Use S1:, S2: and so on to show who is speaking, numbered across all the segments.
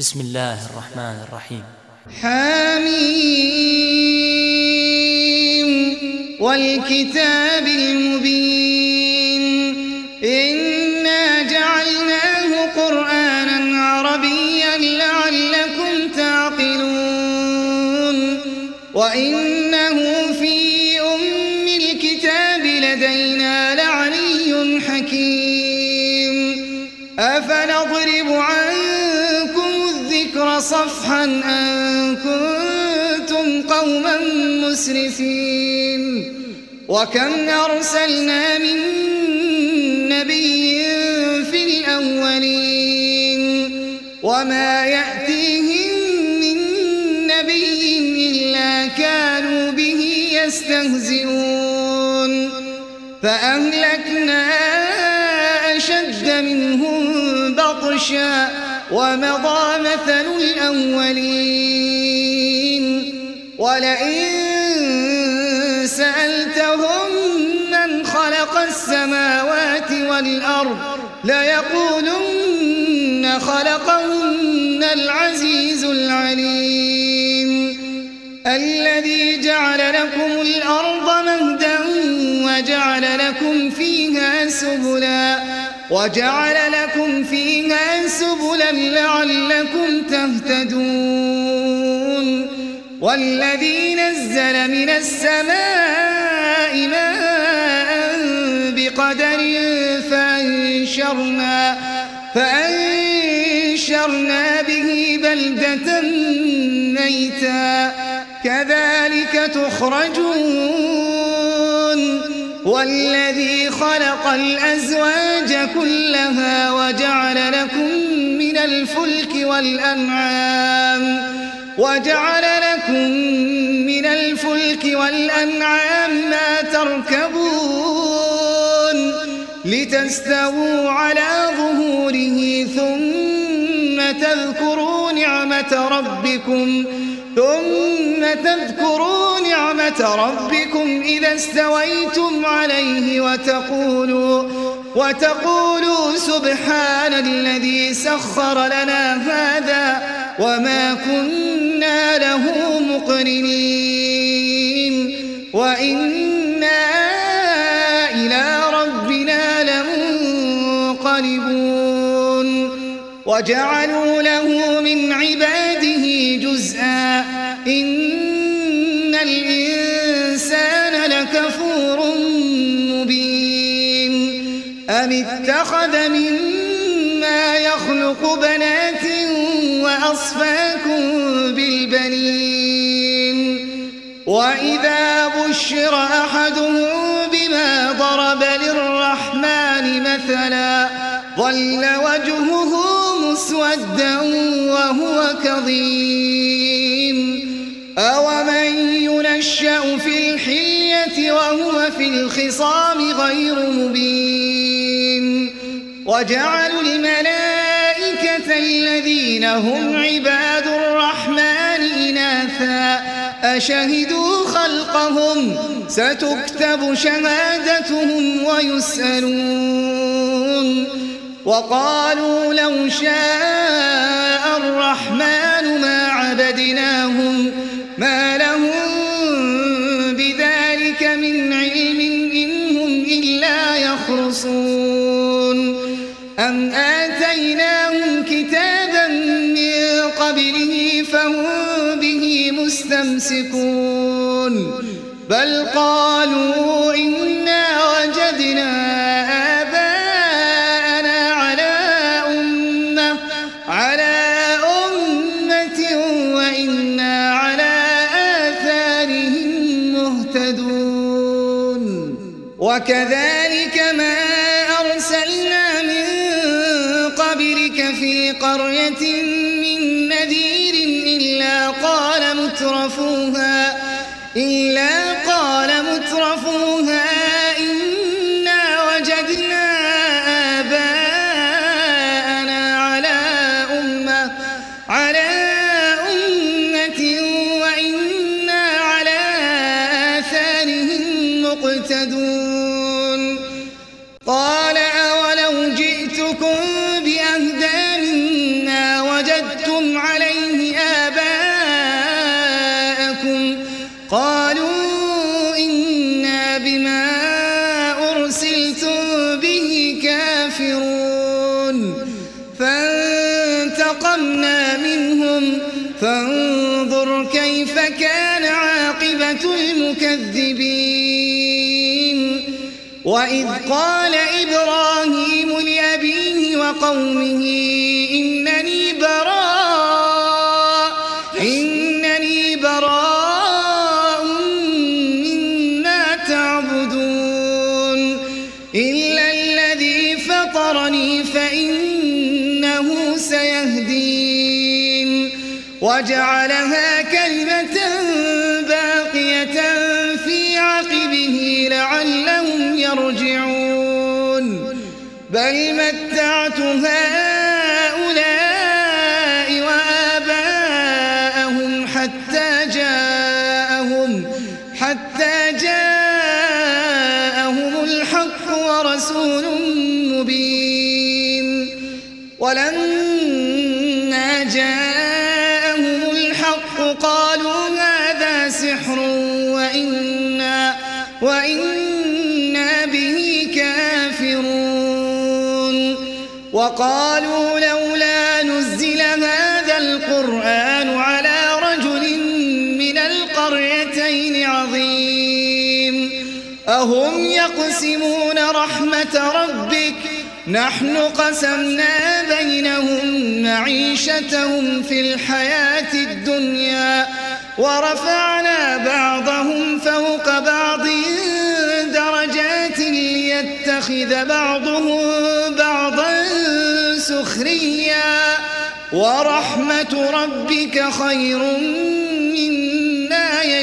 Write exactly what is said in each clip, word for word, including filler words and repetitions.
S1: بسم الله الرحمن الرحيم.
S2: حميم والكتاب المبين إنا جعلناه قرآنا عربيا لعلكم تعقلون وإنه في أم الكتاب لدينا لعلي حكيم أفنضرب عنكم الذكر صفحا أن كنتم قوما مسرفين وكم أرسلنا من نبي في الأولين وما يأتيهم من نبي إلا كانوا به يستهزئون فأهلكنا أشد منهم بطشا ومضى مثل الأولين ولئن سألتهم من خلق السماوات والأرض ليقولن خلقهن العزيز العليم الذي جعل لكم الأرض مهدا وجعل لكم فيها سبلا وجعل لكم فيها سبلا لعلكم تهتدون والذي نزل من السماء ماء بقدر فأنشرنا, فأنشرنا به بلدة ميتا كذلك تخرجون والذي خلق الأزواج كلها وجعل لكم من الفلك والأنعام وجعل لكم من الفلك والأنعام ما تركبون لتستووا على ظهوره ثم تذكروا نعمة ربكم ثم تذكروا نعمة ربكم إذا استويتم عليه وتقولوا وتقولوا سبحان الذي سخر لنا هذا وما كنا له مقرنين وإنا إلى ربنا لمنقلبون وجعلوا له من عباده جزءا إن الإنسان لكفور مبين أم اتخذ مما يخلق بنات وأصفاكم بالبنين وإذا بشر أحدهم بما ضرب للرحمن مثلا ظل وجهه مسودا وهو كظيم أومن ينشأ في الحلية وهو في الخصام غير مبين وجعلوا الملائكة الذين هم عباد الرحمن إناثا أشهدوا خلقهم ستكتب شهادتهم ويسألون وقالوا لو شاء الرحمن ما عبدناهم ما لهم بذلك من علم إن هم إلا يخرصون أم آتيناهم كتابا من قبله فهم به مستمسكون بل قالوا إنا وجدنا آباءنا على أمة على أمة وإنا على آثارهم مهتدون وكذلك ما أرسلنا من قبلك في قرية من نذير إلا قال مترفوها إلا قال مترفوها إنا وجدنا آباءنا على أمة على أمة وإنا على آثارهم مقتدون قال أولو جئتكم بأهدى مما وجدتم قالوا إنا بما أرسلتم به كافرون فانتقمنا منهم فانظر كيف كان عاقبة المكذبين وإذ قال إبراهيم لأبيه وقومه إنني براء إنني براء مما تعبدون إلا الذي فطرني فإنه سيهدين وجعلها كلمة باقية في عقبه لعلهم يرجعون بل متعت هؤلاء وآباءهم حتى جاءهم حتى جاءهم الحق ورسول مبين ولما جاءهم الحق قالوا هذا سحر وإنا وإنا به كافرون وقالوا لولا نزل هذا القرآن على رجل من القريتين عظيم أهم يقسمون رحمة ربك نحن قسمنا بينهم معيشتهم في الحياة الدنيا ورفعنا بعضهم فوق بعض درجات ليتخذ بعضهم بعضا سخريا ورحمة ربك خير مما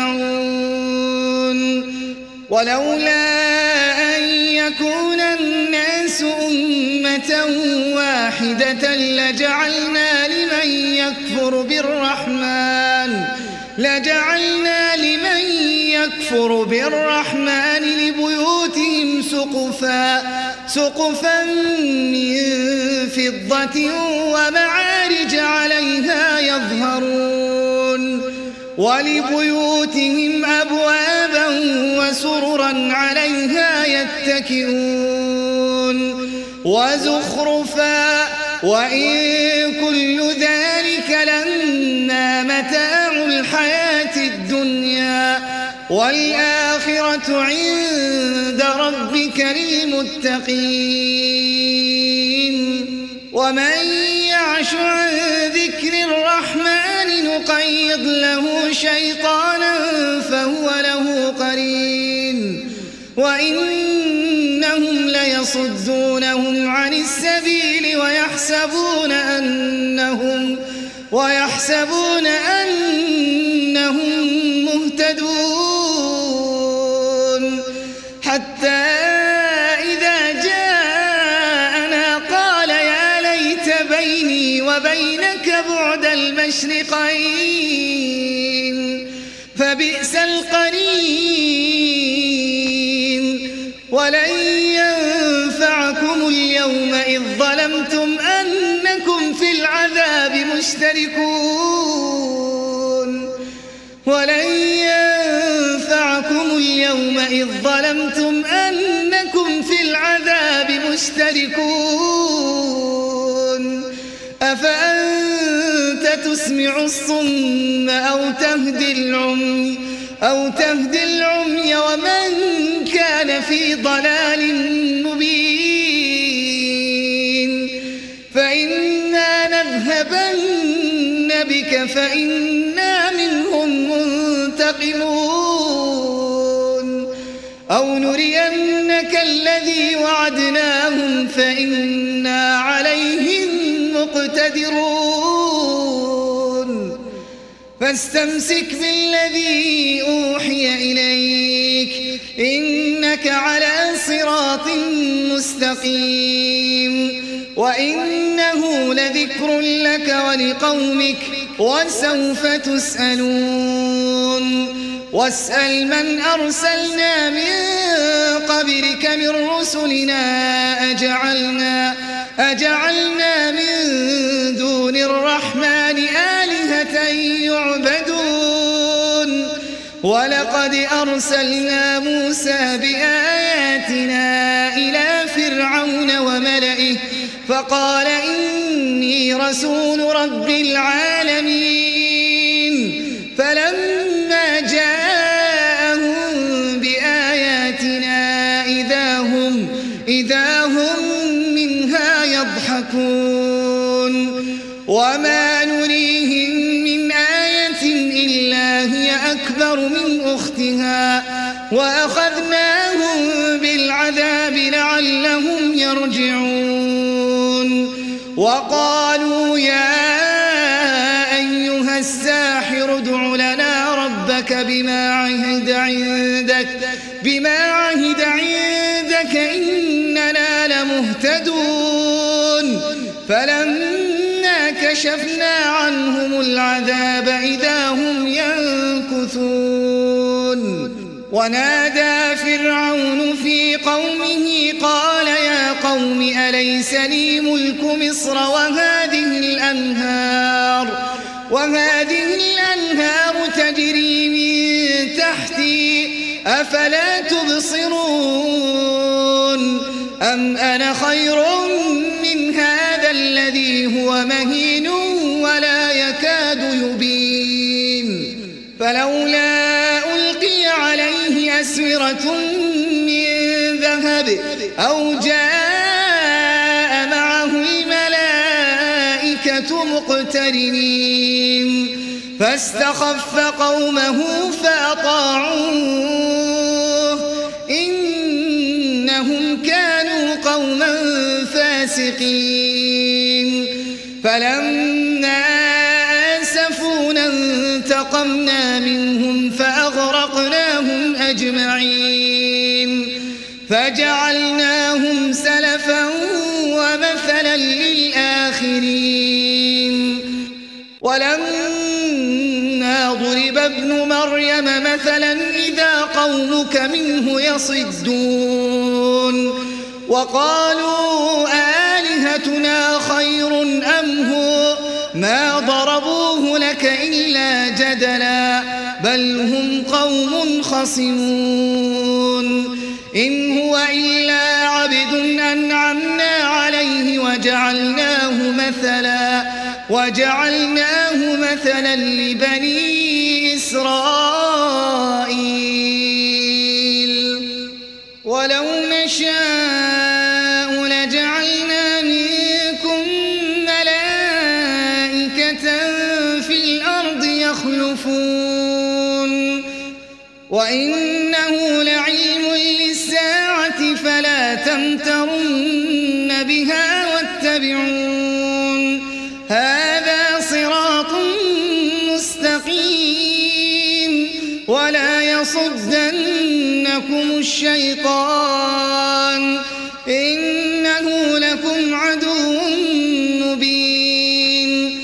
S2: يجمعون ولولا أن يكون الناس أمة واحدة لجعلنا لمن يكفر بالرحمن لجعلنا لمن يكفر بالرحمن لبيوتهم سقفا سقفا من فضة ومعارج عليها يظهرون ولبيوتهم أبوابا وسررا عليها يتكئون وزخرفا وإن كل ذلك لما متاع الحياة الدنيا والآخرة عند ربك للمتقين ومن يعش عن ذكر الرحمن نقيض له شيطانا فهو له قرين وإنهم ليصدونهم عن السبيل ويحسبون أنهم ويحسبون أنهم مهتدون حتى إذا جاءنا قال يا ليت بيني وبينك بعد المشرقين فبئس القرين ولن ينفعكم اليوم إذ ظلمتم أنكم في العذاب مشتركون ولن ينفعكم اليوم إذ ظلمتم أنكم في العذاب مشتركون أفأنت تسمع الصم أو تهدي العمي أو تهدي العمي ومن كان في ضلال مبين فإنا نذهبن بك فإنا منهم منتقمون أو نرينك الذي وعدناهم فإنا عليهم مقتدرون فاستمسك بالذي أوحي إليك إنك على صراط مستقيم وإنه لذكر لك ولقومك وسوف تسألون واسأل من أرسلنا من قبلك من رسلنا أجعلنا, أجعلنا من دون الرحمن آلهة يعبدون ولقد أرسلنا موسى بآياتنا إلى فرعون وملئه فقال إني رسول رب العالمين فلما جاءهم بآياتنا إذا هم, إذا هم منها يضحكون وما نريهم من آية إلا هي أكبر من أختها وأخذناهم بالعذاب لعلهم يرجعون وقالوا يا أيها الساحر ادع لنا ربك بما عهد عندك بما عهد عندك إننا لمهتدون فلما كشفنا عنهم العذاب إذا هم ينكثون ونادى فرعون في قومه قال يا قوم أليس لي ملك مصر وهذه الأنهار وهذه الأنهار تجري من تحتي أفلا تبصرون أم أنا خير من هذا الذي هو مهين ولا يكاد يبين فلولا ألقي عليه أسورة من ذهب أو جاء معه الملائكة مقترنين فاستخف قومه فأطاعوه إنهم كانوا قوما فاسقين فلما آسفونا انتقمنا منهم فأغرقناهم أجمعين فجعلناهم سلفا ومثلا للآخرين ولما ضرب ابن مريم مثلا إذا قومك منه يصدون وقالوا آلهتنا خير أم هو ما ضربوه لك إلا جدلا بل هم قوم خصمون إن هو إلا عبد أنعمنا عليه وجعلناه مثلا وجعلناه مثلا لبني إسرائيل ولو نشاء لجعلنا منكم ملائكة في الأرض يخلفون وإنه لعلم للساعة فلا تمترن بها واتبعون هذا صراط مستقيم ولا يصدنكم الشيطان إنه لكم عدو مبين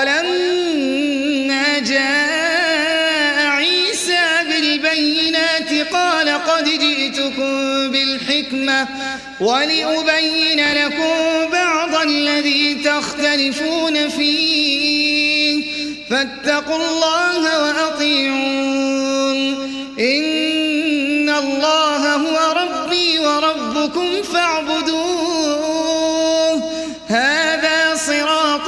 S2: ولما جاء عيسى بالبينات قال قد جئتكم بالحكمة ولأبين لكم بعض الذي تختلفون فيه فاتقوا الله وأطيعون إن الله هو ربي وربكم فاعبدوه هذا صراط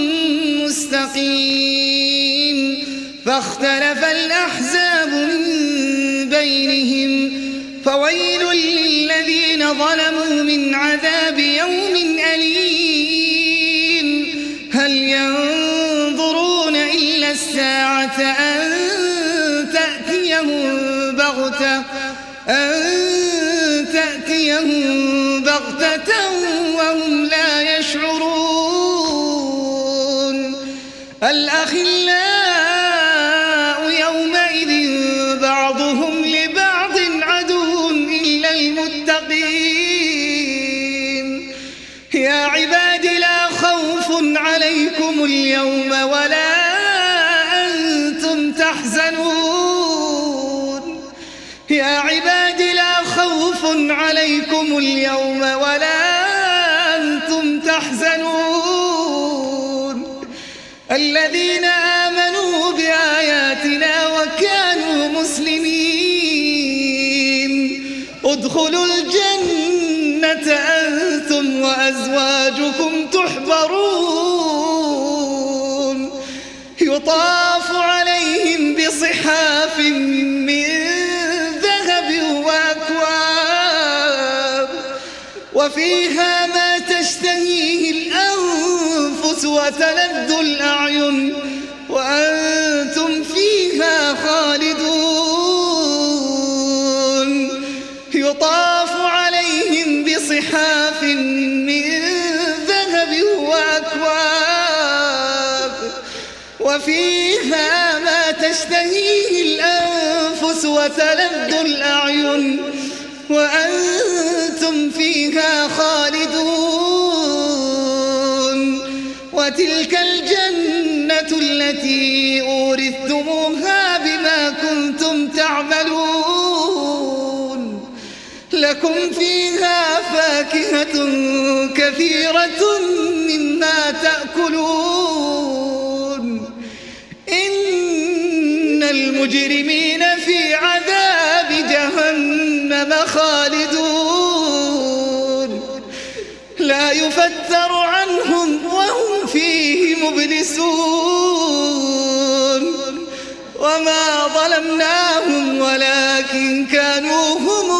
S2: مستقيم فاختلف الأحزاب من بينهم فويل للذين ظلموا من عذاب يوم أليم هل ينظرون إلا الساعة أن تأتيهم بغتة أن تأتيهم بغتة وهم لا يشعرون الأخلاء يومئذ بعضهم لبعض عدو إلا المتقين يا عباد لا خوف عليكم اليوم ولا أنتم تحزنون يا عباد لا خوف عليكم اليوم ولا أنتم تحزنون الذين آمنوا بآياتنا وكانوا مسلمين ادخلوا الجنة أنتم وأزواجكم تحبرون يطاف عليهم بصحاف من ذهب وأكواب وفيها ما تشتهيه الأنفس وتلذ الأعين وأنتم فيها خالدون يطاف عليهم بصحاف من ذهب وأكواب وفيها ما تشتهيه الأنفس وتلذ الأعين وأنتم فيها خالدون وتلك الجنة التي أورثتموها بما كنتم تعملون لكم فيها فاكهة كثيرة مما تأكلون إن المجرمين في عذاب جهنم خالدون لا يفتر عنهم وهم فيه مبلسون وما ظلمناهم ولكن كانوا هم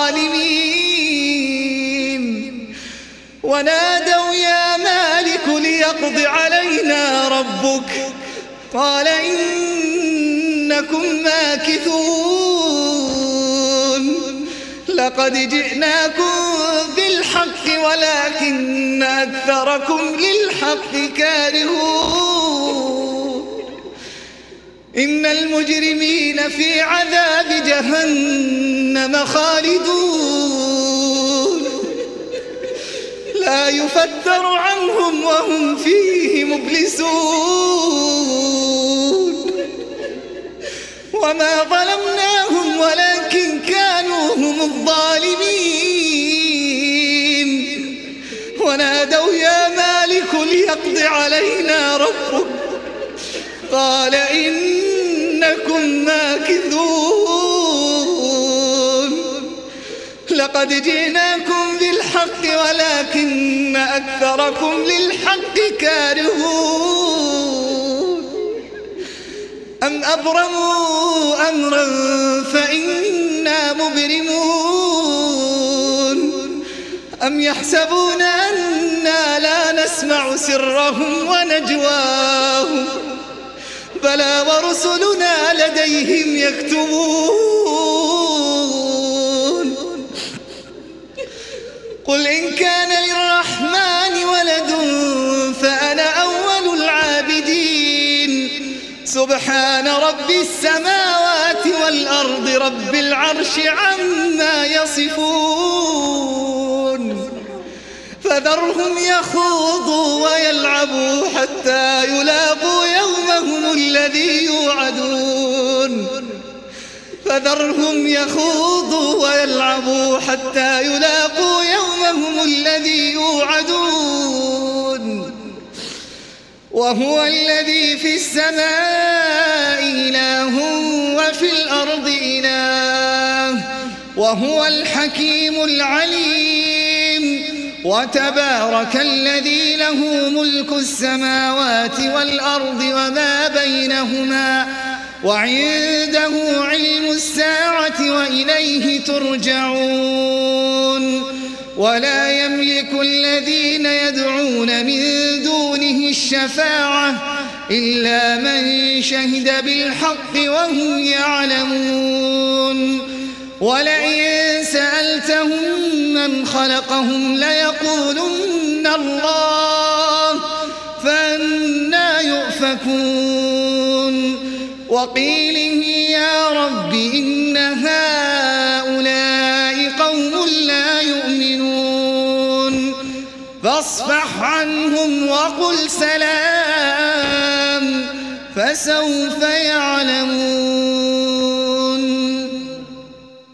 S2: الظالمين ونادوا يا مالك ليقض علينا ربك قال إنكم ماكثون لقد جئناكم بالحق ولكن أكثركم للحق كارهون إن المجرمين في عذاب جهنم خالدون لا يفتر عنهم وهم فيه مبلسون وما ظلمناهم ولكن كانوا هم الظالمين ونادوا يا مالك ليقض علينا ربك قال إنكم ماكثون لقد جئناكم بالحق ولكن أكثركم للحق كارهون أم أبرموا أمرا فإنا مبرمون أم يحسبون أنا لا نسمع سرهم ونجواهم بلى ورسلنا لديهم يكتبون قل إن كان للرحمن ولد فأنا أول العابدين سبحان رب السماوات والأرض رب العرش عما يصفون فذرهم يخوضوا ويلعبوا حتى يلاقوا يومهم الذي يوعدون فذرهم يخوضوا ويلعبوا حتى يلاقوا يومهم الذي يوعدون وهو الذي في السماء إله وفي الأرض إله وهو الحكيم العليم وتبارك الذي له ملك السماوات والأرض وما بينهما وعنده علم الساعة وإليه ترجعون ولا يملك الذين يدعون من دونه الشفاعة إلا من شهد بالحق وهم يعلمون ولئن سألتهم من خلقهم ليقولن الله فأنى يؤفكون وقيله يا رب إن هؤلاء قوم لا يؤمنون فاصفح عنهم وقل سلام فسوف يعلمون.